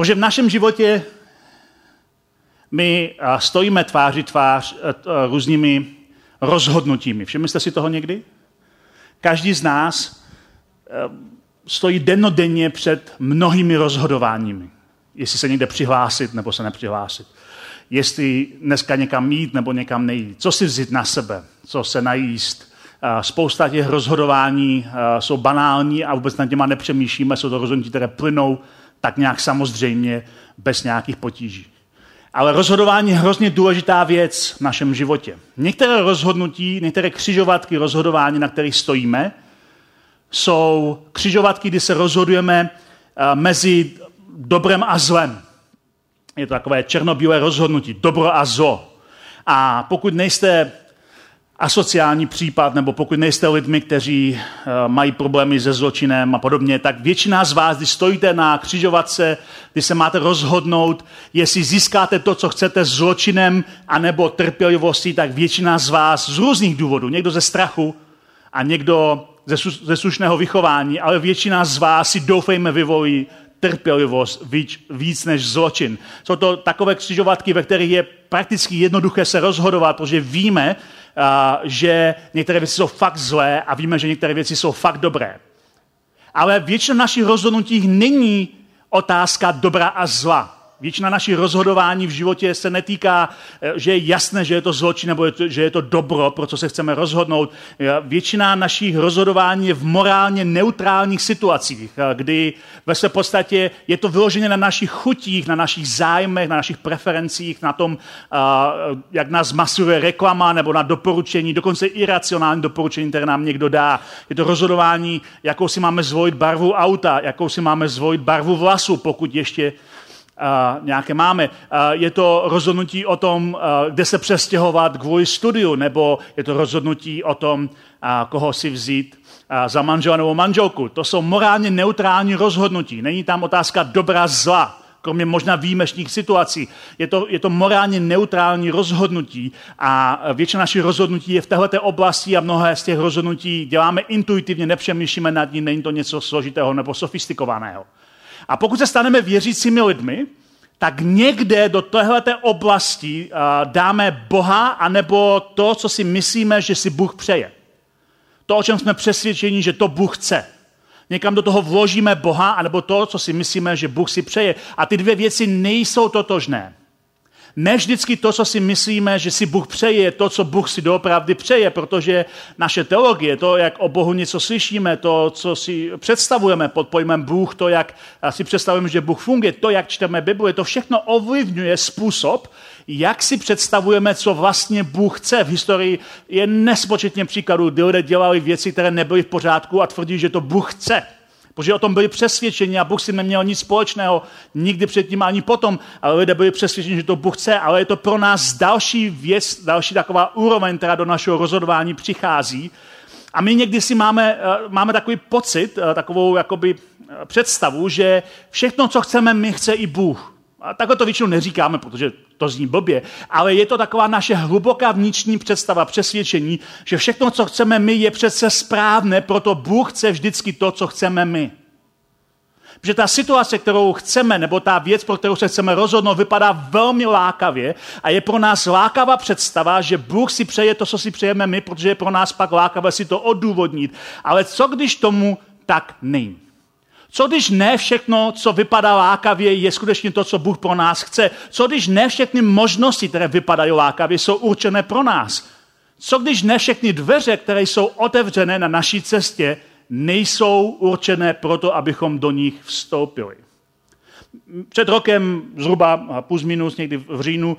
Protože v našem životě my stojíme tváří tvář různými rozhodnutími. Všimli jste si toho někdy? Každý z nás stojí dennodenně před mnohými rozhodováními. Jestli se někde přihlásit nebo se nepřihlásit. Jestli dneska někam jít nebo někam nejít. Co si vzít na sebe, co se najíst. Spousta těch rozhodování jsou banální a vůbec nad těma nepřemýšlíme. Jsou to rozhodnutí, které plynou tak nějak samozřejmě bez nějakých potíží. Ale rozhodování je hrozně důležitá věc v našem životě. Některé rozhodnutí, některé křižovatky rozhodování, na kterých stojíme, jsou křižovatky, kdy se rozhodujeme mezi dobrem a zlem. Je to takové černobílé rozhodnutí, dobro a zlo. A pokud nejste asociální případ, nebo pokud nejste lidmi, kteří mají problémy se zločinem a podobně, tak většina z vás, když stojíte na křižovatce, kdy se máte rozhodnout, jestli získáte to, co chcete zločinem, anebo trpělivostí, tak většina z vás z různých důvodů, někdo ze strachu a někdo ze slušného vychování, ale většina z vás si doufejme vyvolí trpělivost víc než zločin. Jsou to takové křižovatky, ve kterých je prakticky jednoduché se rozhodovat, protože víme, že některé věci jsou fakt zlé a víme, že některé věci jsou fakt dobré. Ale většina našich rozhodnutí není otázka dobra a zla. Většina našich rozhodování v životě se netýká, že je jasné, že je to zločin nebo že je to dobro, pro co se chceme rozhodnout. Většina našich rozhodování je v morálně neutrálních situacích, kdy ve své podstatě je to vyložené na našich chutích, na našich zájmech, na našich preferencích, na tom, jak nás masuje reklama nebo na doporučení, dokonce iracionální doporučení, které nám někdo dá. Je to rozhodování, jakou si máme zvolit barvu auta, jakou si máme zvolit barvu vlasu, pokud ještě nějaké máme. Je to rozhodnutí o tom, kde se přestěhovat kvůli studiu, nebo je to rozhodnutí o tom, koho si vzít za manžela nebo manželku. To jsou morálně neutrální rozhodnutí. Není tam otázka dobra zla, kromě možná výjimečných situací. Je to morálně neutrální rozhodnutí a většina našich rozhodnutí je v této oblasti a mnohé z těch rozhodnutí děláme intuitivně, nepřemýšlíme nad ní, není to něco složitého nebo sofistikovaného. A pokud se staneme věřícími lidmi, tak někde do téhleté oblasti dáme Boha anebo to, co si myslíme, že si Bůh přeje. To, o čem jsme přesvědčeni, že to Bůh chce. Někam do toho vložíme Boha anebo to, co si myslíme, že Bůh si přeje. A ty dvě věci nejsou totožné. Ne vždycky to, co si myslíme, že si Bůh přeje, je to, co Bůh si doopravdy přeje, protože naše teologie, to, jak o Bohu něco slyšíme, to, co si představujeme pod pojmem Bůh, to, jak si představujeme, že Bůh funguje, to, jak čteme Bibli, to všechno ovlivňuje způsob, jak si představujeme, co vlastně Bůh chce. V historii je nespočetně příkladů, kdy lidé dělali věci, které nebyly v pořádku a tvrdí, že to Bůh chce. Protože o tom byli přesvědčeni a Bůh si neměl nic společného nikdy předtím ani potom, ale lidé byli přesvědčeni, že to Bůh chce, ale je to pro nás další věc, další taková úroveň, která do našeho rozhodování přichází. A my někdy si máme takový pocit, takovou jakoby představu, že všechno, co chceme, my chce i Bůh. A takhle to většinou neříkáme, protože to zní blbě, ale je to taková naše hluboká vnitřní představa, přesvědčení, že všechno, co chceme my, je přece správné, proto Bůh chce vždycky to, co chceme my. Protože ta situace, kterou chceme, nebo ta věc, pro kterou se chceme rozhodnout, vypadá velmi lákavě a je pro nás lákavá představa, že Bůh si přeje to, co si přejeme my, protože je pro nás pak lákavé si to odůvodnit. Ale co když tomu tak není? Co když ne všechno, co vypadá lákavě, je skutečně to, co Bůh pro nás chce? Co když ne všechny možnosti, které vypadají lákavě, jsou určené pro nás? Co když ne všechny dveře, které jsou otevřené na naší cestě, nejsou určené proto, abychom do nich vstoupili? Před rokem, zhruba plus minus někdy v říjnu,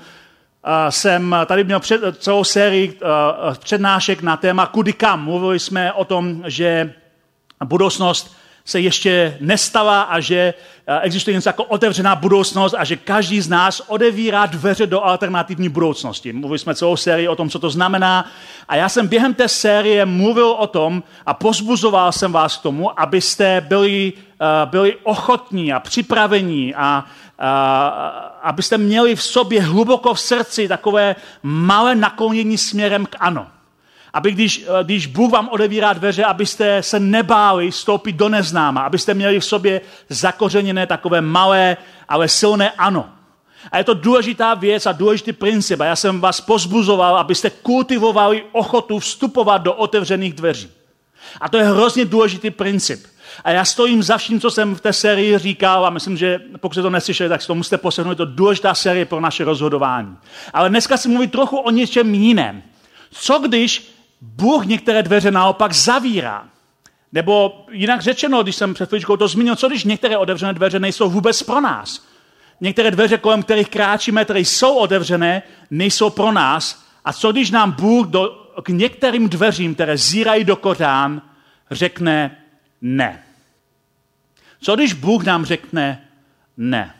jsem tady měl celou sérii přednášek na téma kudy kam. Mluvili jsme o tom, že budoucnost se ještě nestala a že existuje něco jako otevřená budoucnost a že každý z nás odevírá dveře do alternativní budoucnosti. Mluvili jsme celou sérii o tom, co to znamená a já jsem během té série mluvil o tom a pozbuzoval jsem vás k tomu, abyste byli ochotní a připravení a abyste měli v sobě hluboko v srdci takové malé naklonění směrem k ano. Aby když Bůh vám odevírá dveře, abyste se nebáli vstoupit do neznáma, abyste měli v sobě zakořeněné takové malé ale silné ano. A je to důležitá věc a důležitý princip. A já jsem vás pozbuzoval, abyste kultivovali ochotu vstupovat do otevřených dveří. A to je hrozně důležitý princip. A já stojím za vším, co jsem v té sérii říkal a myslím, že pokud jste to neslyšeli, tak si to musíte poslechnout. Je to důležitá série pro naše rozhodování. Ale dneska si mluvím trochu o něčem jiném. Co když Bůh některé dveře naopak zavírá? Nebo jinak řečeno, když jsem před chvíličkou to zmínil, co když některé otevřené dveře nejsou vůbec pro nás? Některé dveře, kolem kterých kráčíme, které jsou otevřené, nejsou pro nás. A co když nám Bůh k některým dveřím, které zírají do kořán, řekne ne? Co když Bůh nám řekne ne?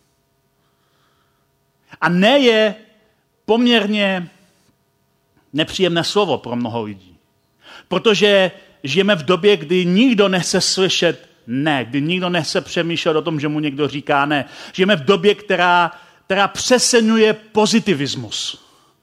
A ne je poměrně nepříjemné slovo pro mnoho lidí. Protože žijeme v době, kdy nikdo nechce slyšet ne, kdy nikdo nechce přemýšlet o tom, že mu někdo říká ne. Žijeme v době, která přesenuje pozitivismus.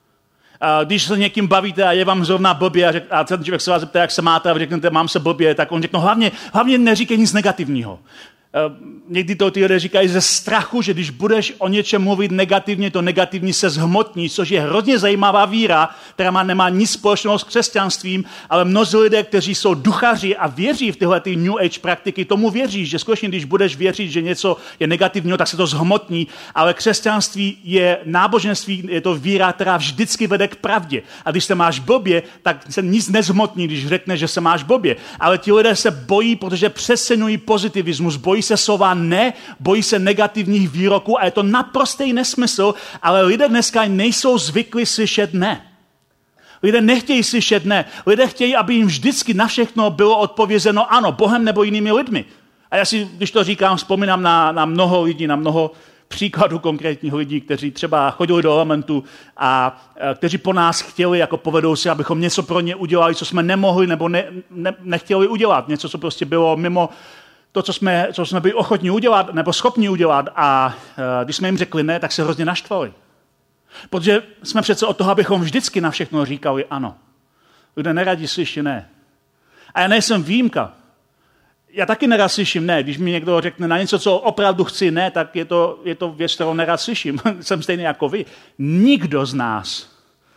Když se někým bavíte a je vám zrovna blbě a ten člověk se vás zeptá, jak se máte a vy řeknete, mám se blbě, tak on řekne, hlavně neříkej nic negativního. Někdy to ty lidé říkají ze strachu, že když budeš o něčem mluvit negativně, to negativní se zhmotní, což je hrozně zajímavá víra, která nemá nic společného s křesťanstvím, ale mnozí lidé, kteří jsou duchaři a věří v tyhle ty New Age praktiky, tomu věří, že skutečně, když budeš věřit, že něco je negativního, tak se to zhmotní, ale křesťanství je náboženství, je to víra, která vždycky vede k pravdě. A když se máš blbě, tak se nic nezhmotní, když řekneš, že se máš blbě. Ale ti lidé se bojí, protože přesenují pozitivismus, bojí se slova ne, bojí se negativních výroků a je to naprostý nesmysl, ale lidé dneska nejsou zvyklí slyšet ne. Lidé nechtějí slyšet ne. Lidé chtějí, aby jim vždycky na všechno bylo odpovězeno ano, Bohem nebo jinými lidmi. A já si, když to říkám, vzpomínám na mnoho lidí, na mnoho příkladů konkrétních lidí, kteří třeba chodili do Elementu a kteří po nás chtěli, jako povedou si, abychom něco pro ně udělali, co jsme nemohli nebo nechtěli udělat. Něco, co prostě bylo mimo to, co jsme byli ochotní udělat, nebo schopni udělat, a když jsme jim řekli ne, tak se hrozně naštvali. Protože jsme přece od toho, abychom vždycky na všechno říkali ano. Lidé neradi slyší ne. A já nejsem výjimka. Já taky nerad slyším ne. Když mi někdo řekne na něco, co opravdu chci ne, tak je to věc, kterou nerad slyším. Jsem stejný jako vy. Nikdo z nás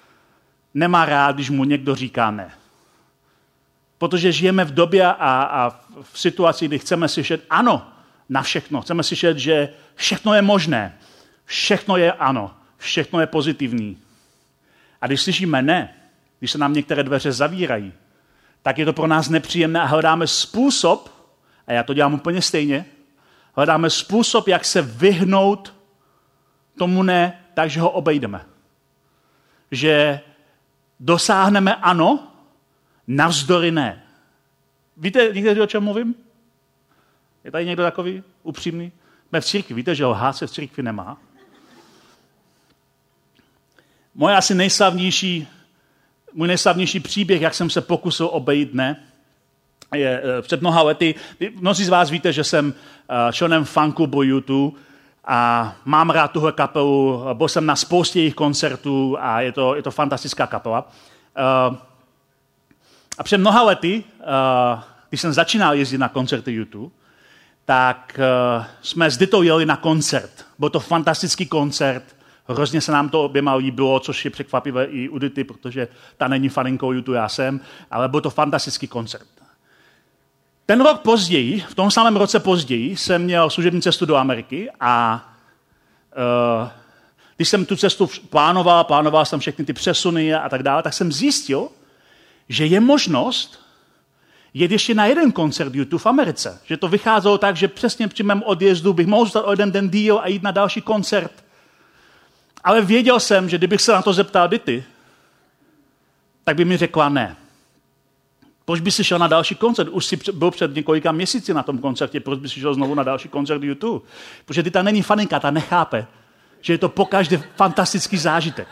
nemá rád, když mu někdo říká ne. Protože žijeme v době a v situaci, kdy chceme slyšet ano na všechno. Chceme slyšet, že všechno je možné. Všechno je ano. Všechno je pozitivní. A když slyšíme ne, když se nám některé dveře zavírají, tak je to pro nás nepříjemné a hledáme způsob, a já to dělám úplně stejně, hledáme způsob, jak se vyhnout tomu ne, takže ho obejdeme. Že dosáhneme ano, navzdory ne. Víte někdy, o čem mluvím? Je tady někdo takový upřímný? Jsme v církvi, víte, že lhát se v církvi nemá. Můj nejslavnější příběh, jak jsem se pokusil obejít ne, je před mnoha lety. Mnozí z vás víte, že jsem členem fanklubu U2 a mám rád tuhle kapelu, byl jsem na spoustě jejich koncertů a je to fantastická kapela. A před mnoha lety, když jsem začínal jezdit na koncerty U2, tak jsme s Ditou jeli na koncert. Byl to fantastický koncert, hrozně se nám to oběma líbilo, což je překvapivé i u Dity, protože ta není faninkou U2, já jsem, ale byl to fantastický koncert. Ten rok později, v tom samém roce později, jsem měl služební cestu do Ameriky a když jsem tu cestu plánoval jsem všechny ty přesuny a tak dále, tak jsem zjistil, že je možnost jet ještě na jeden koncert U2 v Americe. Že to vycházelo tak, že přesně při mém odjezdu bych mohl zůstat o jeden den díl a jít na další koncert. Ale věděl jsem, že kdybych se na to zeptal Dity, tak by mi řekla ne. Proč by si šel na další koncert? Už si byl před několika měsíci na tom koncertě, proč by si šel znovu na další koncert U2? Protože Dita není faninka, ta nechápe, že je to pokaždé fantastický zážitek.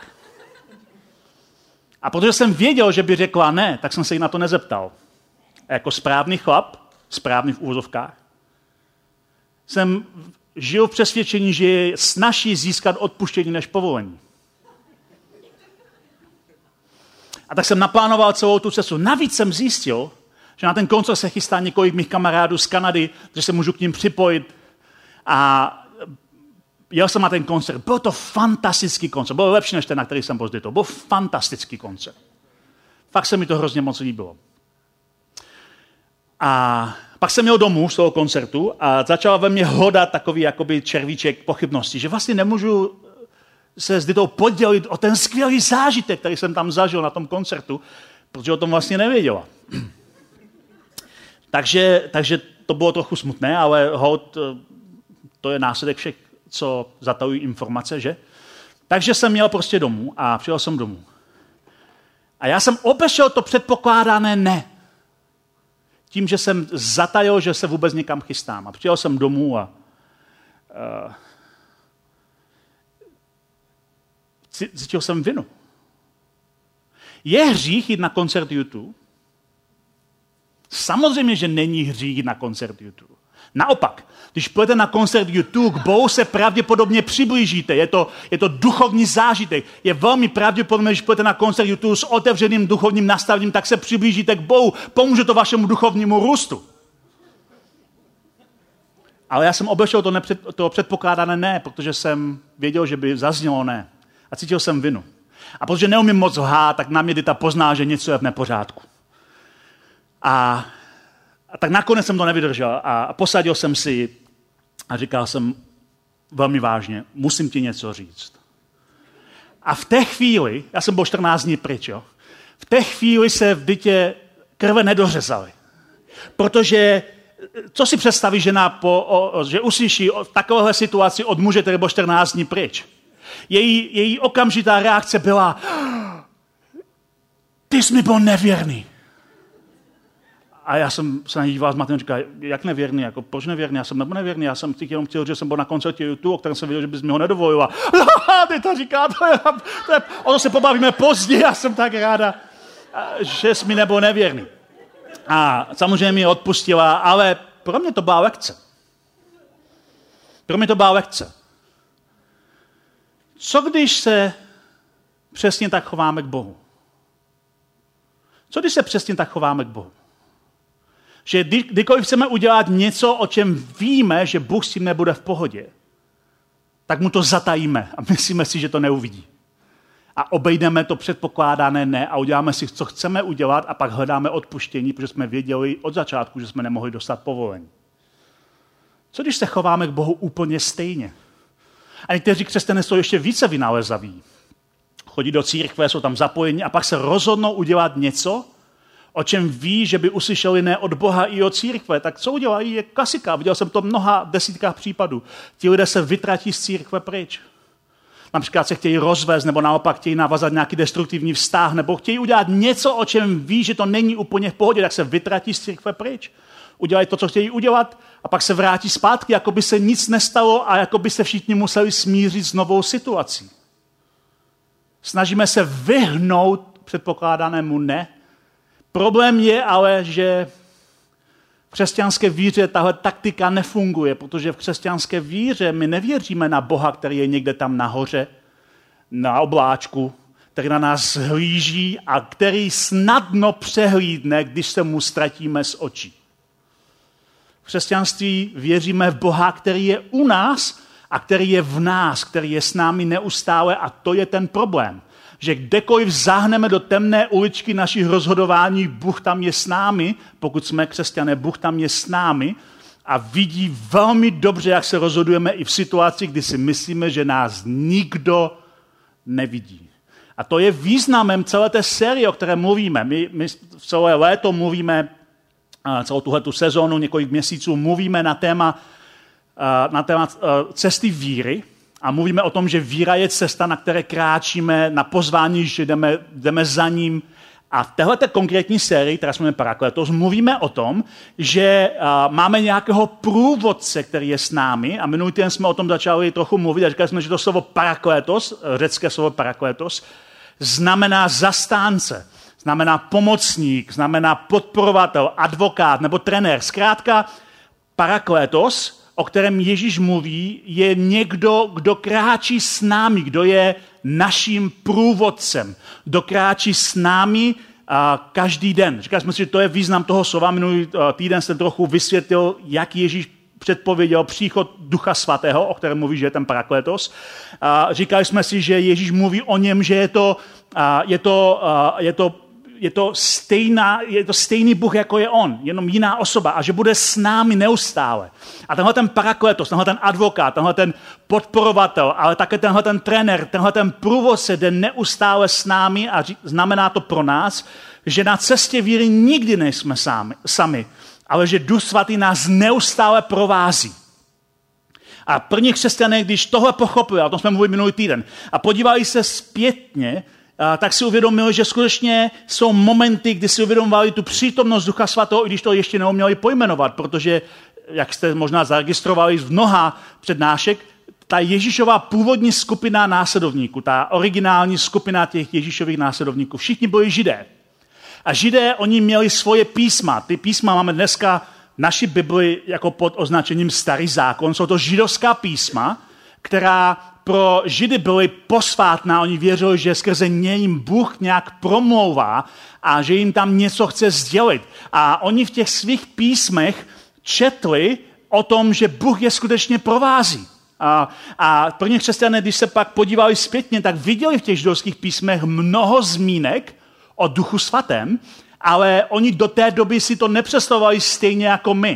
A protože jsem věděl, že by řekla ne, tak jsem se jí na to nezeptal. A jako správný chlap, správný v úvozovkách, jsem žil v přesvědčení, že je snazší získat odpuštění než povolení. A tak jsem naplánoval celou tu cestu. Navíc jsem zjistil, že na ten koncert se chystá několik mých kamarádů z Kanady, že se můžu k ním připojit. A jel jsem na ten koncert. Byl to fantastický koncert. Byl lepší než ten, na který jsem později. To byl fantastický koncert. Fakt se mi to hrozně moc líbilo. A pak jsem jel domů z toho koncertu a začal ve mně hodat takový jakoby červíček pochybnosti, že vlastně nemůžu se s Ditou podělit o ten skvělý zážitek, který jsem tam zažil na tom koncertu, protože o tom vlastně nevěděla. Takže to bylo trochu smutné, ale hod, to je následek všech, co zatajují informace, že? Takže jsem měl prostě domů a přijel jsem domů. A já jsem obešel to předpokládané ne. Tím, že jsem zatajil, že se vůbec někam chystám. A přijel jsem domů a cítil jsem vinu. Je hřích jít na koncert YouTube? Samozřejmě, že není hřích jít na koncert YouTube. Naopak, když půjdete na koncert YouTube, k Bohu se pravděpodobně přiblížíte. Je to duchovní zážitek. Je velmi pravděpodobné, když půjdete na koncert YouTube s otevřeným duchovním nastavením, tak se přiblížíte k Bohu. Pomůže to vašemu duchovnímu růstu. Ale já jsem obešel to předpokládané ne, protože jsem věděl, že by zaznělo ne. A cítil jsem vinu. A protože neumím moc lhát, tak na mě Dita pozná, že něco je v nepořádku. A tak nakonec jsem to nevydržel a posadil jsem si a říkal jsem velmi vážně, musím ti něco říct. A v té chvíli, já jsem byl 14 dní pryč, jo, v té chvíli se v Ditě krve nedořezaly. Protože, co si představí žena, že uslyší v takovéhle situaci od muže, který byl 14 dní pryč. Její okamžitá reakce byla, ty jsi mi byl nevěrný. A já jsem se na ní díval s Martinem a říkal, jak nevěrný, jako proč nevěrný, já jsem nebyl nevěrný, já jsem jenom chtěl, že jsem byl na koncertě YouTube, o kterém jsem věděl, že bys mi ho nedovolil. A ty to říká, o to se pobavíme později, já jsem tak ráda, že jsi mi nebyl nevěrný. A samozřejmě mi odpustila, ale pro mě to byla lekce. Co když se přesně tak chováme k Bohu? Že kdykoliv chceme udělat něco, o čem víme, že Bůh s tím nebude v pohodě, tak mu to zatajíme a myslíme si, že to neuvidí. A obejdeme to předpokládané ne a uděláme si, co chceme udělat a pak hledáme odpuštění, protože jsme věděli od začátku, že jsme nemohli dostat povolení. Co když se chováme k Bohu úplně stejně? A někteří křesťané jsou ještě více vynálezaví. Chodí do církve, jsou tam zapojení a pak se rozhodnou udělat něco, o čem ví, že by uslyšeli ne od Boha i od církve. Tak co udělají, je klasika. Viděl jsem to v mnoha desítkách případů. Ti lidé se vytratí z církve pryč. Například se chtějí rozvést, nebo naopak chtějí navazat nějaký destruktivní vztah, nebo chtějí udělat něco, o čem ví, že to není úplně v pohodě, tak se vytratí z církve pryč. Udělají to, co chtějí udělat, a pak se vrátí zpátky, jako by se nic nestalo a jako by se všichni museli smířit s novou situací. Snažíme se vyhnout předpokládanému ne. Problém je ale, že v křesťanské víře tahle taktika nefunguje, protože v křesťanské víře my nevěříme na Boha, který je někde tam nahoře, na obláčku, který na nás hlíží a který snadno přehlídne, když se mu ztratíme z očí. V křesťanství věříme v Boha, který je u nás a který je v nás, který je s námi neustále a to je ten problém. Že kdekoliv zahneme do temné uličky našich rozhodování, Bůh tam je s námi, pokud jsme křesťané, Bůh tam je s námi a vidí velmi dobře, jak se rozhodujeme i v situaci, kdy si myslíme, že nás nikdo nevidí. A to je významem celé té série, o které mluvíme. My celé léto mluvíme, celou tuhletu sezónu, několik měsíců mluvíme na téma cesty víry a mluvíme o tom, že víra je cesta, na které kráčíme, na pozvání, že jdeme za ním. A v téhleté konkrétní sérii, která jsme jmenuje Parakletos, mluvíme o tom, že máme nějakého průvodce, který je s námi a minulý týden jsme o tom začali trochu mluvit a říkali jsme, že to slovo Parakletos, řecké slovo Parakletos, znamená zastánce, znamená pomocník, znamená podporovatel, advokát nebo trenér. Zkrátka Parakletos, o kterém Ježíš mluví, je někdo, kdo kráčí s námi, kdo je naším průvodcem, kdo kráčí s námi každý den. Říkali jsme si, že to je význam toho slova. Minulý týden jsem trochu vysvětlil, jak Ježíš předpověděl příchod Ducha Svatého, o kterém mluví, že je ten Parakletos. Říkali jsme si, že Ježíš mluví o něm, že je to stejný Bůh, jako je on, jenom jiná osoba a že bude s námi neustále. A tenhle ten Parakletos, tenhle ten advokát, tenhle ten podporovatel, ale také tenhle ten trenér, tenhle ten průvodce jde neustále s námi a znamená to pro nás, že na cestě víry nikdy nejsme sami, ale že Duch Svatý nás neustále provází. A první křesťané, když tohle pochopili, a o tom jsme mluvili minulý týden, a podívali se zpětně, tak si uvědomili, že skutečně jsou momenty, kdy si uvědomovali tu přítomnost Ducha Svatého, i když to ještě neuměli pojmenovat, protože, jak jste možná zaregistrovali v mnoha přednášek, ta Ježíšova původní skupina následovníků, ta originální skupina těch Ježíšových následovníků, všichni byli Židé. A Židé, oni měli svoje písma. Ty písma máme dneska v naší Bibli jako pod označením Starý zákon. Jsou to židovská písma, která pro Židy byly posvátná. Oni věřili, že skrze ně jim Bůh nějak promlouvá a že jim tam něco chce sdělit. A oni v těch svých písmech četli o tom, že Bůh je skutečně provází. A první křesťané, když se pak podívali zpětně, tak viděli v těch židovských písmech mnoho zmínek o Duchu Svatém, ale oni do té doby si to nepředstavovali stejně jako my.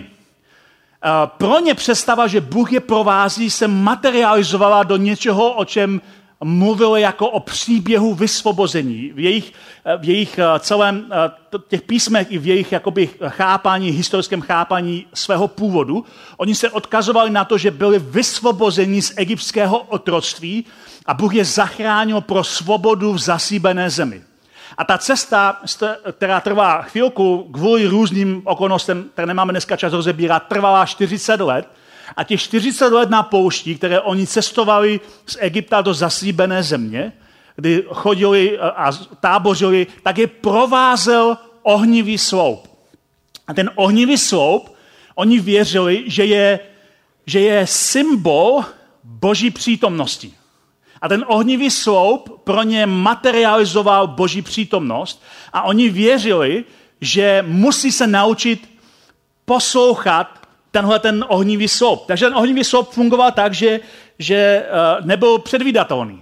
Pro ně představa, že Bůh je provází, se materializovala do něčeho, o čem mluvili jako o příběhu vysvobození. V jejich celém těch písmech i v jejich jakoby chápání, historickém chápání svého původu, oni se odkazovali na to, že byli vysvobozeni z egyptského otroctví a Bůh je zachránil pro svobodu v zasíbené zemi. A ta cesta, která trvá chvilku kvůli různým okolnostem, které nemáme dneska čas rozebírat, trvala 40 let. A těch 40 let na poušti, které oni cestovali z Egypta do zaslíbené země, kdy chodili a tábořili, tak je provázel ohnivý sloup. A ten ohnivý sloup, oni věřili, že je symbol Boží přítomnosti. A ten ohnivý sloup pro ně materializoval Boží přítomnost a oni věřili, že musí se naučit poslouchat tenhle ten ohnivý sloup. Takže ten ohnivý sloup fungoval tak, že nebyl předvídatelný.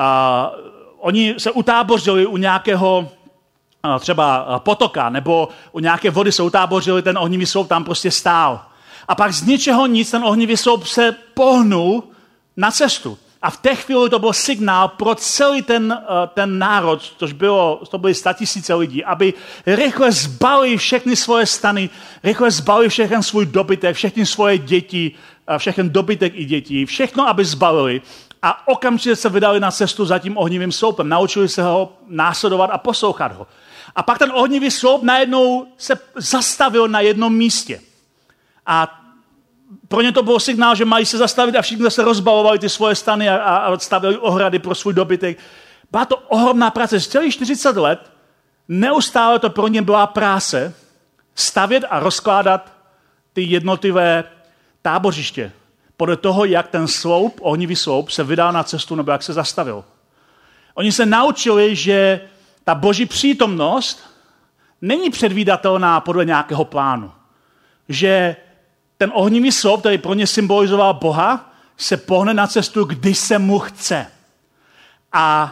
Oni se utábořili u nějakého třeba potoka nebo u nějaké vody se utábořili, ten ohnivý sloup tam prostě stál. A pak z ničeho nic ten ohnivý sloup se pohnul na cestu. A v té chvíli to byl signál pro celý ten národ, to byly 100 000 lidí, aby rychle zbalili všechny svoje stany, rychle zbalili všechny svůj dobytek, všechny svoje děti, všechny dobytek i dětí, všechno, aby zbalili a okamžitě se vydali na cestu za tím ohnivým sloupem. Naučili se ho následovat a poslouchat ho. A pak ten ohnivý sloup najednou se zastavil na jednom místě. A pro ně to byl signál, že mají se zastavit a všichni se rozbalovali ty svoje stany a stavili ohrady pro svůj dobytek. Byla to ohromná práce. Z celých 40 let neustále to pro ně byla práce stavět a rozkládat ty jednotlivé tábořiště podle toho, jak ten sloup, ohnivý sloup, se vydal na cestu nebo jak se zastavil. Oni se naučili, že ta Boží přítomnost není předvídatelná podle nějakého plánu. Že ten ohnivý sloup, který pro ně symbolizoval Boha, se pohne na cestu, kdy se mu chce. A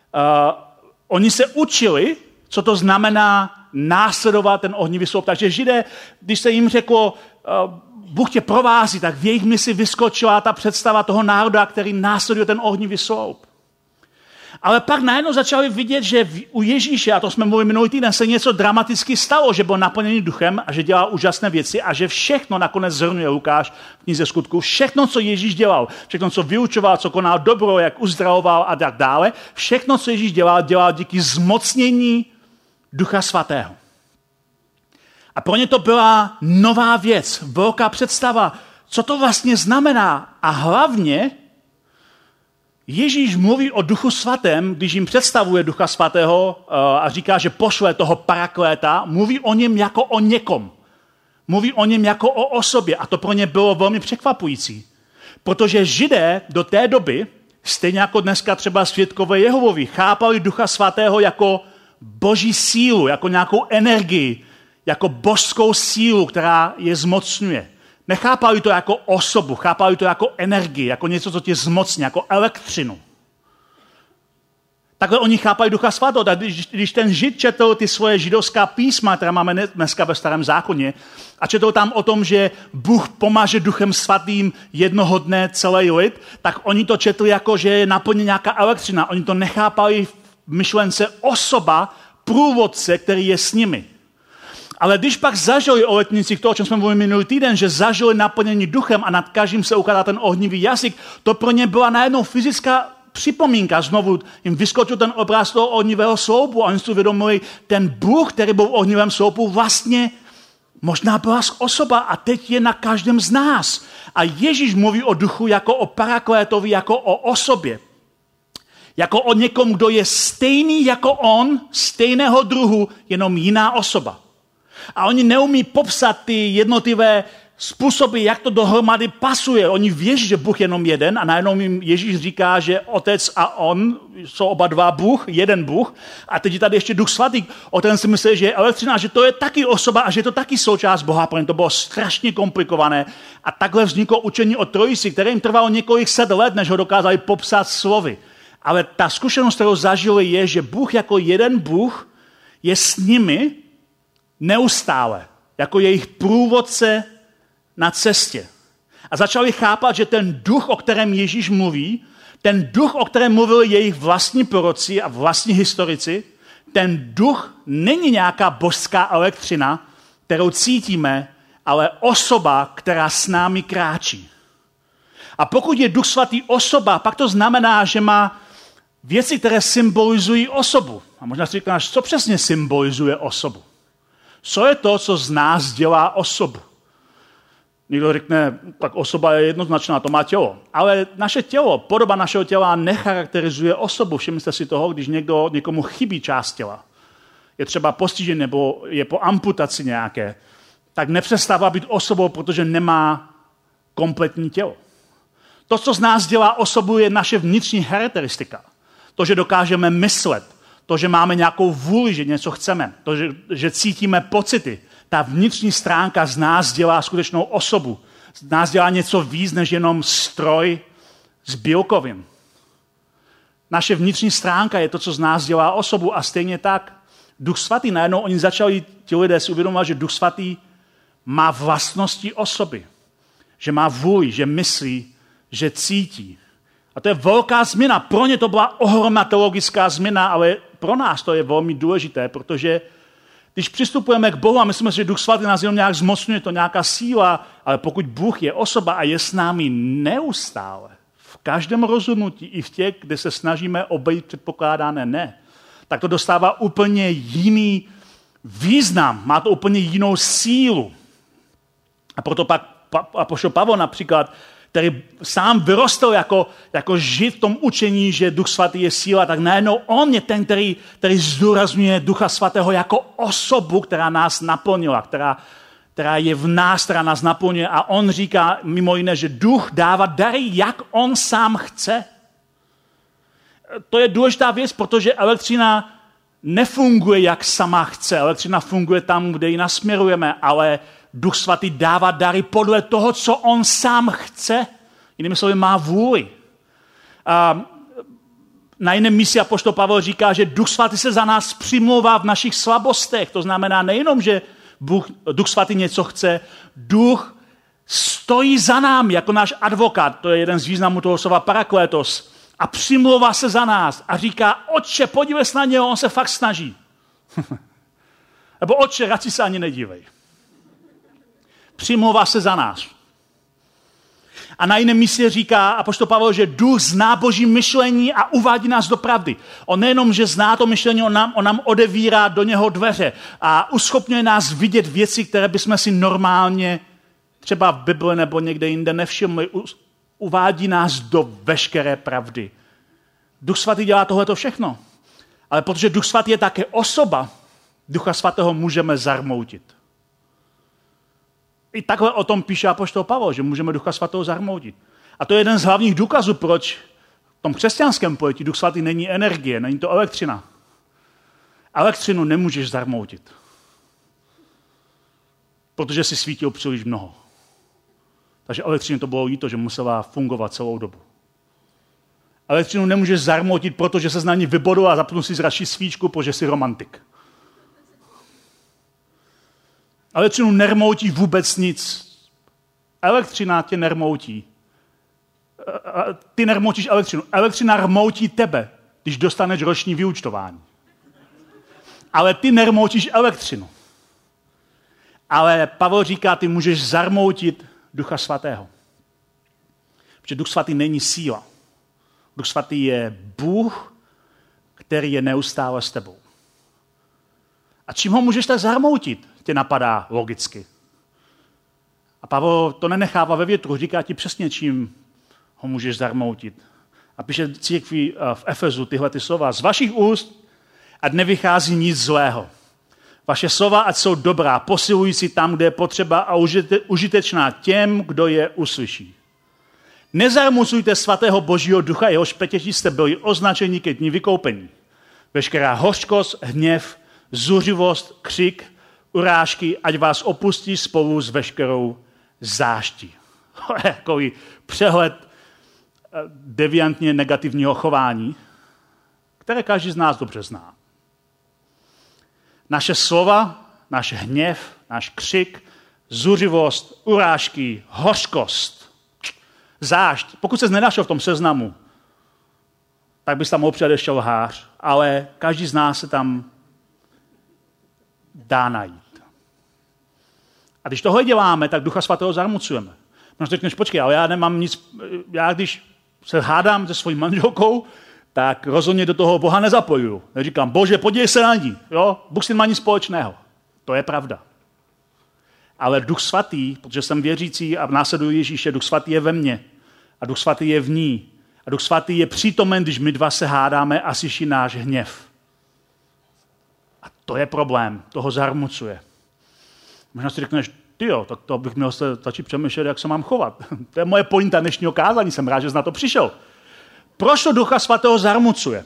oni se učili, co to znamená následovat ten ohnivý sloup. Takže Židé, když se jim řeklo, Bůh tě provází, tak v jejich mysli vyskočila ta představa toho národa, který následuje ten ohnivý sloup. Ale pak najednou začali vidět, že u Ježíše, a to jsme mluvili minulý týden, se něco dramaticky stalo, že byl naplněný duchem a že dělal úžasné věci a že všechno nakonec zhrnuje Lukáš v knize Skutků, všechno, co Ježíš dělal, všechno, co vyučoval, co konal dobro, jak uzdravoval a tak dále, všechno, co Ježíš dělal díky zmocnění Ducha Svatého. A pro ně to byla nová věc, velká představa, co to vlastně znamená a hlavně Ježíš mluví o Duchu Svatém, když jim představuje Ducha Svatého a říká, že pošle toho Parakléta, mluví o něm jako o někom. Mluví o něm jako o osobě a to pro ně bylo velmi překvapující. Protože Židé do té doby, stejně jako dneska třeba svědkové Jehovovi, chápali Ducha Svatého jako Boží sílu, jako nějakou energii, jako božskou sílu, která je zmocňuje. Nechápali to jako osobu, chápali to jako energii, jako něco, co tě zmocní, jako elektřinu. Takhle oni chápají Ducha Svatého. Tak když ten Žid četl ty svoje židovská písma, která máme dneska ve Starém zákoně, a četl tam o tom, že Bůh pomáže Duchem Svatým jednoho dne celý lid, tak oni to četli jako, že je naplně nějaká elektřina. Oni to nechápali v myšlence osoba, průvodce, který je s nimi. Ale když pak zažili o letnicích to, o čem jsme mluvili minulý týden, že zažili naplnění duchem a nad každým se ukládá ten ohnivý jazyk, to pro ně byla najednou fyzická připomínka. Znovu jim vyskočil ten obraz toho ohnivého sloupu a oni si uvědomili, ten Bůh, který byl v ohnivém sloupu, vlastně možná byla osoba a teď je na každém z nás. A Ježíš mluví o duchu jako o paraklétovi, jako o osobě. Jako o někom, kdo je stejný jako on, stejného druhu, jenom jiná osoba. A oni neumí popsat ty jednotlivé způsoby, jak to dohromady pasuje. Oni věří, že Bůh je jenom jeden a najednou jim Ježíš říká, že otec a on jsou oba dva Bůh, jeden Bůh. A teď je tady ještě Duch Svatý, o ten si myslí, že je elektřina, že to je taky osoba a že je to taky součást Boha. Pro ně to bylo strašně komplikované. A takhle vzniklo učení o trojici, které jim trvalo několik set let, než ho dokázali popsat slovy. Ale ta zkušenost, kterou zažili, je, že Bůh jako jeden Bůh je s nimi neustále, jako jejich průvodce na cestě. A začali chápat, že ten duch, o kterém Ježíš mluví, ten duch, o kterém mluvili jejich vlastní proroci a vlastní historici, ten duch není nějaká božská elektřina, kterou cítíme, ale osoba, která s námi kráčí. A pokud je Duch Svatý osoba, pak to znamená, že má věci, které symbolizují osobu. A možná si říkáš, co přesně symbolizuje osobu? Co je to, co z nás dělá osobu? Někdo řekne, tak osoba je jednoznačná, to má tělo. Ale naše tělo, podoba našeho těla necharakterizuje osobu. Všimněte si toho, když někomu chybí část těla. Je třeba postižen nebo je po amputaci nějaké, tak nepřestává být osobou, protože nemá kompletní tělo. To, co z nás dělá osobu, je naše vnitřní charakteristika. To, že dokážeme myslet, to, že máme nějakou vůli, že něco chceme, to, že cítíme pocity. Ta vnitřní stránka z nás dělá skutečnou osobu. Z nás dělá něco víc, než jenom stroj z bílkovin. Naše vnitřní stránka je to, co z nás dělá osobu a stejně tak Duch Svatý. Najednou oni začali ti lidé si uvědomovat, že Duch Svatý má vlastnosti osoby. Že má vůli, že myslí, že cítí. A to je velká změna. Pro ně to byla ohromná teologická změna, ale pro nás to je velmi důležité, protože když přistupujeme k Bohu a myslíme si, že Duch Svatý nás jenom nějak zmocňuje, to nějaká síla, ale pokud Bůh je osoba a je s námi neustále, v každém rozhodnutí, i v těch, kde se snažíme obejít předpokládané ne, tak to dostává úplně jiný význam, má to úplně jinou sílu. A proto pak apoštol Pavel například, který sám vyrostl jako Žid v tom učení, že Duch Svatý je síla, tak najednou on je ten, který zdůrazňuje Ducha Svatého jako osobu, která nás naplnila, která je v nás, která nás naplňuje. A on říká mimo jiné, že Duch dává dary, jak on sám chce. To je důležitá věc, protože elektřina nefunguje, jak sama chce. Elektřina funguje tam, kde ji nasměrujeme, ale Duch Svatý dává dary podle toho, co on sám chce. Jinými slovy, má vůli. Na jiném místě apoštol Pavel říká, že Duch Svatý se za nás přimlouvá v našich slabostech. To znamená nejenom, že Duch Svatý něco chce, Duch stojí za námi jako náš advokát. To je jeden z významů toho slova paraklétos. A přimlouvá se za nás a říká, otče, podívej se na něho, on se fakt snaží. Nebo otče, radši se ani nedívej. Přimlouvá se za nás. A na jiném místě říká apoštol Pavel, že Duch zná Boží myšlení a uvádí nás do pravdy. On nejenom, že zná to myšlení, on nám odevírá do něho dveře a uschopňuje nás vidět věci, které bychom si normálně třeba v Bibli nebo někde jinde nevšimli. Uvádí nás do veškeré pravdy. Duch Svatý dělá tohleto všechno. Ale protože Duch Svatý je také osoba, Ducha Svatého můžeme zarmoutit. I takhle o tom píše apoštol Pavel, že můžeme Ducha Svatého zarmoutit. A to je jeden z hlavních důkazů, proč v tom křesťanském pojetí Duch Svatý není energie, není to elektřina. Elektřinu nemůžeš zarmoutit, protože si svítil příliš mnoho. Takže elektřině to bylo líto, že musela fungovat celou dobu. Elektřinu nemůžeš zarmoutit, protože se na ní vybodl a zapnul si radši svíčku, protože jsi romantik. Elektřinu nermoutí vůbec nic. Elektřina tě nermoutí. Ty nermoutíš elektřinu. Elektřina rmoutí tebe, když dostaneš roční vyúčtování. Ale ty nermoutíš elektřinu. Ale Pavel říká, ty můžeš zarmoutit Ducha Svatého. Protože Duch Svatý není síla. Duch Svatý je Bůh, který je neustále s tebou. A čím ho můžeš tak zarmoutit, tě napadá logicky. A Pavel to nenechává ve větru, říká ti přesně, čím ho můžeš zarmoutit. A píše církvi v Efezu tyhle ty slova. Z vašich úst ať nevychází nic zlého. Vaše slova ať jsou dobrá, posilující tam, kde je potřeba a užitečná těm, kdo je uslyší. Nezarmucujte svatého Božího ducha, jehož petěží jste byli označeni ke dni vykoupení. Veškerá hořkost, hněv, zuřivost, křik, urážky, ať vás opustí spolu s veškerou záští. To je takový přehled deviantně negativního chování, které každý z nás dobře zná. Naše slova, náš hněv, náš křik, zuřivost, urážky, hořkost, zášť. Pokud ses nenašel v tom seznamu, tak bys tam mohl přidat ještě lhář, ale každý z nás se tam dá najít. A když tohle děláme, tak Ducha Svatého zarmucujeme. Možná řekneš, počkej, ale já nemám nic, já když se hádám se svojí manželkou, tak rozhodně do toho Boha nezapojuju. Neříkám, Bože, podívej se na ní. Jo? Bůh s tím má nic společného. To je pravda. Ale Duch Svatý, protože jsem věřící a následuji Ježíše, Duch Svatý je ve mně a Duch Svatý je v ní. A Duch Svatý je přítomen, když my dva se hádáme a slyší náš hněv. A to je problém, toho zarmucuje. Možná si řekneš, tyjo, tak to bych měl se začít přemýšlet, jak se mám chovat. To je moje pointa dnešního kázání, jsem rád, že jsi na to přišel. Proč to Ducha Svatého zarmucuje?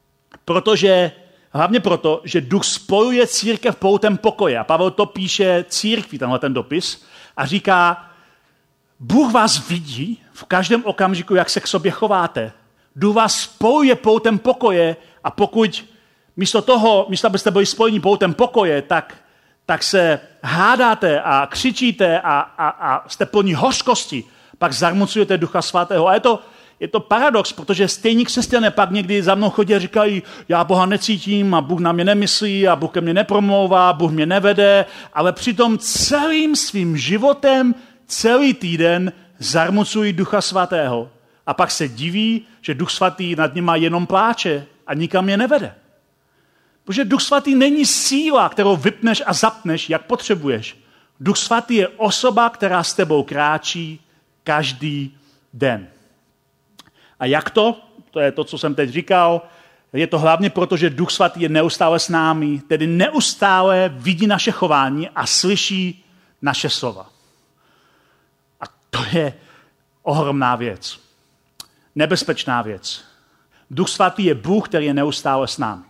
Hlavně proto, že Duch spojuje církev poutem pokoje. A Pavel to píše církvi, tenhle ten dopis, a říká, Bůh vás vidí v každém okamžiku, jak se k sobě chováte. Duch vás spojuje poutem pokoje a pokud místo abyste byli spojeni poutem pokoje, tak se hádáte a křičíte a jste plní hořkosti, pak zarmucujete Ducha Svatého. A je to paradox, protože stejní křesťané pak někdy za mnou chodí a říkají, já Boha necítím a Bůh na mě nemyslí a Bůh ke mně nepromlouvá, Bůh mě nevede, ale přitom celým svým životem, celý týden zarmucují Ducha Svatého. A pak se diví, že Duch Svatý nad nima jenom pláče a nikam je nevede. Protože Duch Svatý není síla, kterou vypneš a zapneš, jak potřebuješ. Duch Svatý je osoba, která s tebou kráčí každý den. A jak to? To je to, co jsem teď říkal. Je to hlavně proto, že Duch Svatý je neustále s námi, tedy neustále vidí naše chování a slyší naše slova. A to je ohromná věc. Nebezpečná věc. Duch Svatý je Bůh, který je neustále s námi.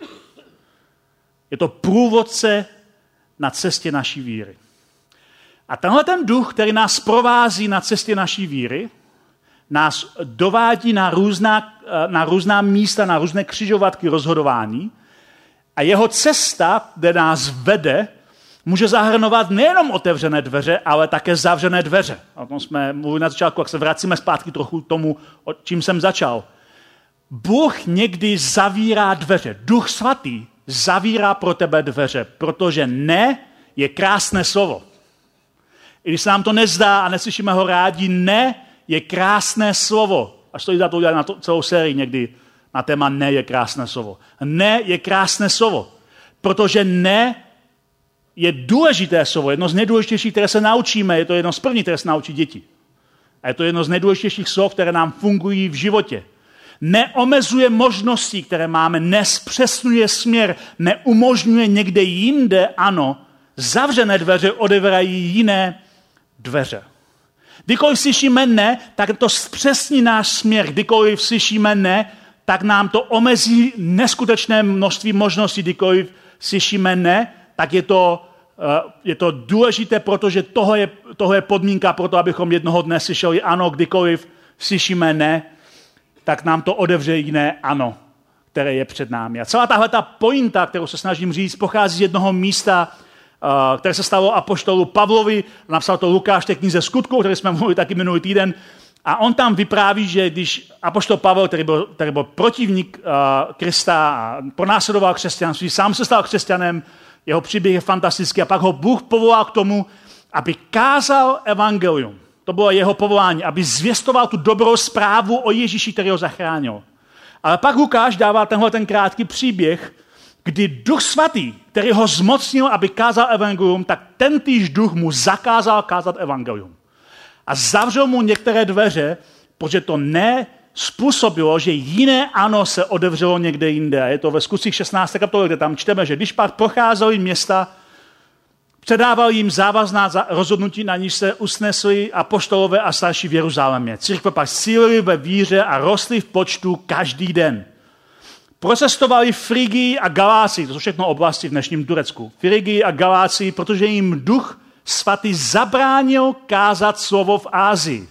Je to průvodce na cestě naší víry. A tenhle ten duch, který nás provází na cestě naší víry, nás dovádí na různá místa, na různé křižovatky rozhodování a jeho cesta, kde nás vede, může zahrnovat nejenom otevřené dveře, ale také zavřené dveře. O tom jsme mluvili na začátku, jak se vracíme zpátky trochu k tomu, čím jsem začal. Bůh někdy zavírá dveře. Duch Svatý zavírá pro tebe dveře, protože ne je krásné slovo. I když se nám to nezdá a neslyšíme ho rádi, ne je krásné slovo. Až stojí za to udělat na celou sérii někdy na téma ne je krásné slovo. Ne je krásné slovo, protože ne je důležité slovo, jedno z nejdůležitějších, které se naučíme, je to jedno z prvních, které se naučí děti. A je to jedno z nejdůležitějších slov, které nám fungují v životě. Neomezuje možnosti, které máme, nespřesňuje směr, neumožňuje někde jinde, ano, zavřené dveře odevírají jiné dveře. Kdykoliv slyšíme ne, tak to zpřesní náš směr. Kdykoliv slyšíme ne, tak nám to omezí neskutečné množství možností. Kdykoliv slyšíme ne, tak je to je to důležité, protože toho je podmínka pro to, abychom jednoho dne slyšeli ano, kdykoliv slyšíme ne, tak nám to otevře jiné ano, které je před námi. A celá tahle ta pointa, kterou se snažím říct, pochází z jednoho místa, které se stalo apoštolu Pavlovi, napsal to Lukáš v té knize Skutků, který jsme mluvili taky minulý týden, a on tam vypráví, že když apoštol Pavel, který byl protivník Krista a pronásledoval křesťanství, sám se stal křesťanem, jeho příběh je fantastický a pak ho Bůh povolal k tomu, aby kázal evangelium. To bylo jeho povolání, aby zvěstoval tu dobrou zprávu o Ježíši, který ho zachránil. Ale pak Lukáš dává ten krátký příběh, kdy Duch Svatý, který ho zmocnil, aby kázal evangelium, tak tentýž duch mu zakázal kázat evangelium. A zavřel mu některé dveře, protože to způsobilo, že jiné ano se otevřelo někde jinde. A je to ve Skutcích 16. kapitole, kde tam čteme, že když pak procházeli města, předával jim závazná rozhodnutí, na níž se usnesli apoštolové a starší v Jeruzalémě. Církve pak sílili ve víře a rostly v počtu každý den. Procestovali Frigii a Galácii, to jsou všechno oblasti v dnešním Turecku. Frigii a Galácii, protože jim Duch Svatý zabránil kázat slovo v Ázii.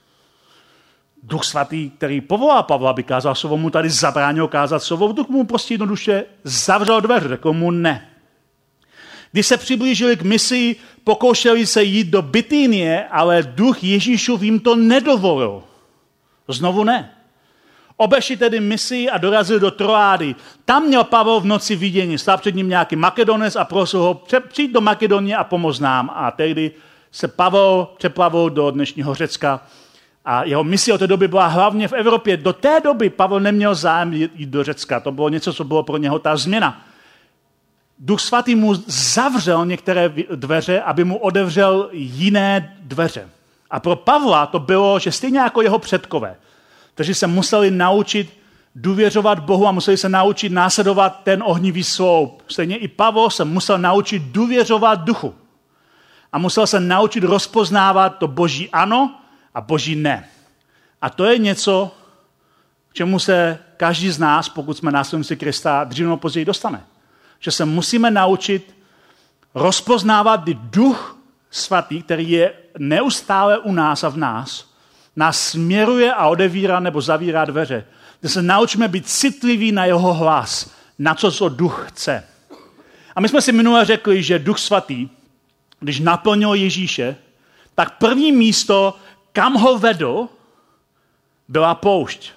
Duch Svatý, který povolal Pavla, aby kázal slovo, mu tady zabránil kázat slovo, Duch mu prostě jednoduše zavřel dveře, řekl mu ne. Když se přiblížili k misi, pokoušeli se jít do Bitynie, ale Duch Ježíšův jim to nedovolil. Znovu ne. Obešli tedy misi a dorazili do Troády. Tam měl Pavel v noci vidění. Stál před ním nějaký Makedonec a prosil ho, přijď do Makedonie a pomoz nám. A tehdy se Pavel přeplavil do dnešního Řecka. A jeho misi od té doby byla hlavně v Evropě. Do té doby Pavel neměl zájem jít do Řecka. To bylo něco, co bylo pro něho ta změna. Duch Svatý mu zavřel některé dveře, aby mu otevřel jiné dveře. A pro Pavla to bylo, že stejně jako jeho předkové, kteří se museli naučit důvěřovat Bohu a museli se naučit následovat ten ohnivý sloup. Stejně i Pavel se musel naučit důvěřovat duchu. A musel se naučit rozpoznávat to boží ano a boží ne. A to je něco, k čemu se každý z nás, pokud jsme následníci Krista, dřív nebo později dostane. Že se musíme naučit rozpoznávat, kdy Duch Svatý, který je neustále u nás a v nás směruje a odevírá nebo zavírá dveře. Kde se naučíme být citliví na jeho hlas, na co Duch chce. A my jsme si minule řekli, že Duch Svatý, když naplnil Ježíše, tak první místo, kam ho vedl, byla poušť.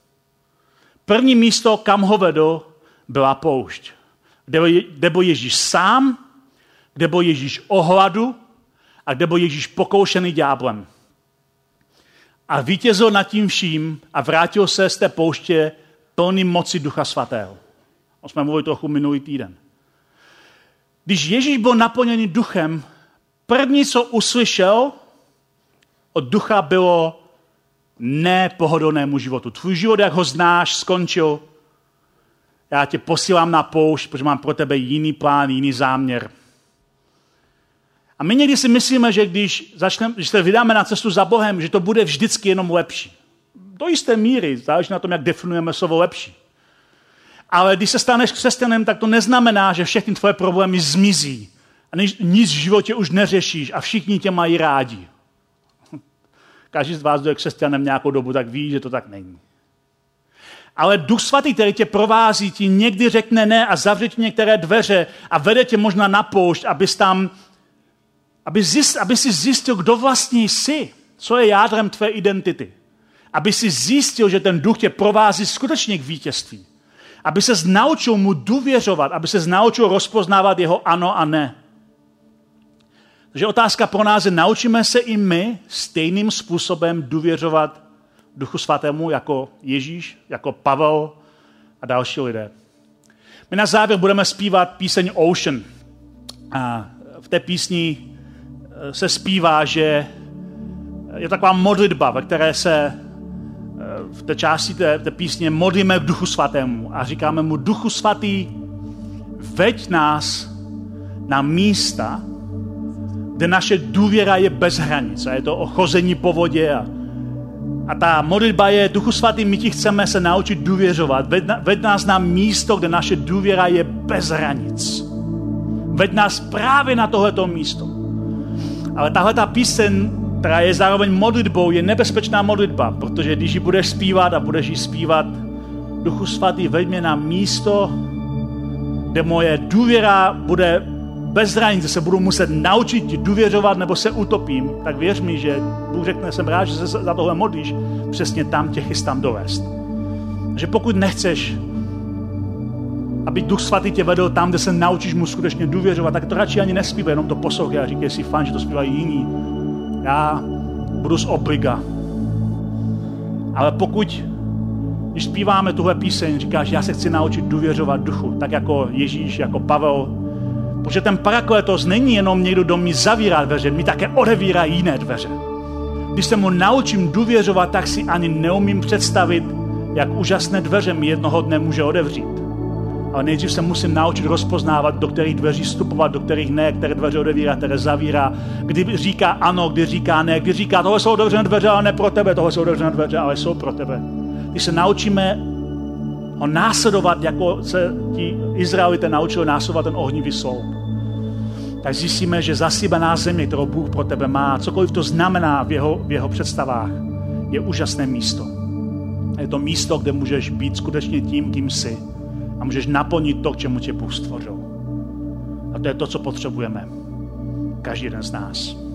První místo, kam ho vedl, byla poušť. Kde byl Ježíš sám, kde byl Ježíš ohladu a kde byl Ježíš pokoušený ďáblem. A vítězil nad tím vším a vrátil se z té pouště plný moci Ducha Svatého. O jsme mluvili trochu minulý týden. Když Ježíš byl naplněný duchem, první, co uslyšel od ducha, bylo ne pohodlnému životu. Tvůj život, jak ho znáš, skončil. Já tě posílám na poušť, protože mám pro tebe jiný plán, jiný záměr. A my někdy si myslíme, že když se vydáme na cestu za Bohem, že to bude vždycky jenom lepší. Do jisté míry, záleží na tom, jak definujeme slovo lepší. Ale když se staneš křesťanem, tak to neznamená, že všechny tvoje problémy zmizí. A nic v životě už neřešíš a všichni tě mají rádi. Každý z vás, kdo je křesťanem nějakou dobu, tak ví, že to tak není. Ale Duch Svatý, který tě provází, ti někdy řekne ne a zavře ti některé dveře a vede tě možná na poušť, aby si zjistil, kdo vlastně jsi, co je jádrem tvé identity. Aby si zjistil, že ten duch tě provází skutečně k vítězství. Aby ses naučil mu důvěřovat, aby ses naučil rozpoznávat jeho ano a ne. Takže otázka pro nás je, naučíme se i my stejným způsobem důvěřovat Duchu Svatému jako Ježíš, jako Pavel a další lidé. My na závěr budeme zpívat píseň Ocean. A v té písni se zpívá, že je taková modlitba, ve které se v té části té písně modlíme k Duchu Svatému a říkáme mu: Duchu Svatý, veď nás na místa, kde naše důvěra je bez hranic. A je to o chození po vodě. A ta modlitba je: Duchu Svatý, my ti chceme se naučit důvěřovat. Veď nás na místo, kde naše důvěra je bez hranic. Veď nás právě na tohleto místo. Ale tahle ta píseň, která je zároveň modlitbou, je nebezpečná modlitba, protože když ji budeš zpívat a budeš ji zpívat, Duchu Svatý, veď mě na místo, kde moje důvěra bude bez hranice, se budu muset naučit důvěřovat nebo se utopím, tak věř mi, že Bůh řekne, jsem rád, že se za tohle modlíš, přesně tam tě chystám dovést. Že pokud nechceš, aby Duch Svatý tě vedl tam, kde se naučíš mu skutečně důvěřovat, tak to radši ani nespívej, jenom to poslouchej a říkej si, fajn, že to zpívají jiní. Já budu z obliga. Ale když zpíváme tuhle píseň, říkáš, já se chci naučit důvěřovat Duchu, tak jako Ježíš, jako Pavel, protože ten parakletos není jenom někdo, kdo mi zavírá dveře, mi také odevírá jiné dveře. Když se mu naučím důvěřovat, tak si ani neumím představit, jak úžasné dveře mi jednoho dne může odevřít. Ale nejdřív se musím naučit rozpoznávat, do kterých dveří vstupovat, do kterých ne, které dveře odevírá, které zavírá, kdy říká ano, kdy říká ne, kdy říká, tohle jsou otevřené dveře, ale ne pro tebe, tohle jsou otevřené dveře, ale jsou pro tebe. Když se naučíme ho následovat, jako se ti Izraelité naučili následovat ten ohnivý sloup, tak zjistíme, že zasypaná země, kterou Bůh pro tebe má, cokoliv to znamená v jeho představách, je úžasné místo. Je to místo, kde můžeš být skutečně tím, kým jsi. A můžeš naplnit to, k čemu tě Bůh stvořil. A to je to, co potřebujeme. Každý jeden z nás.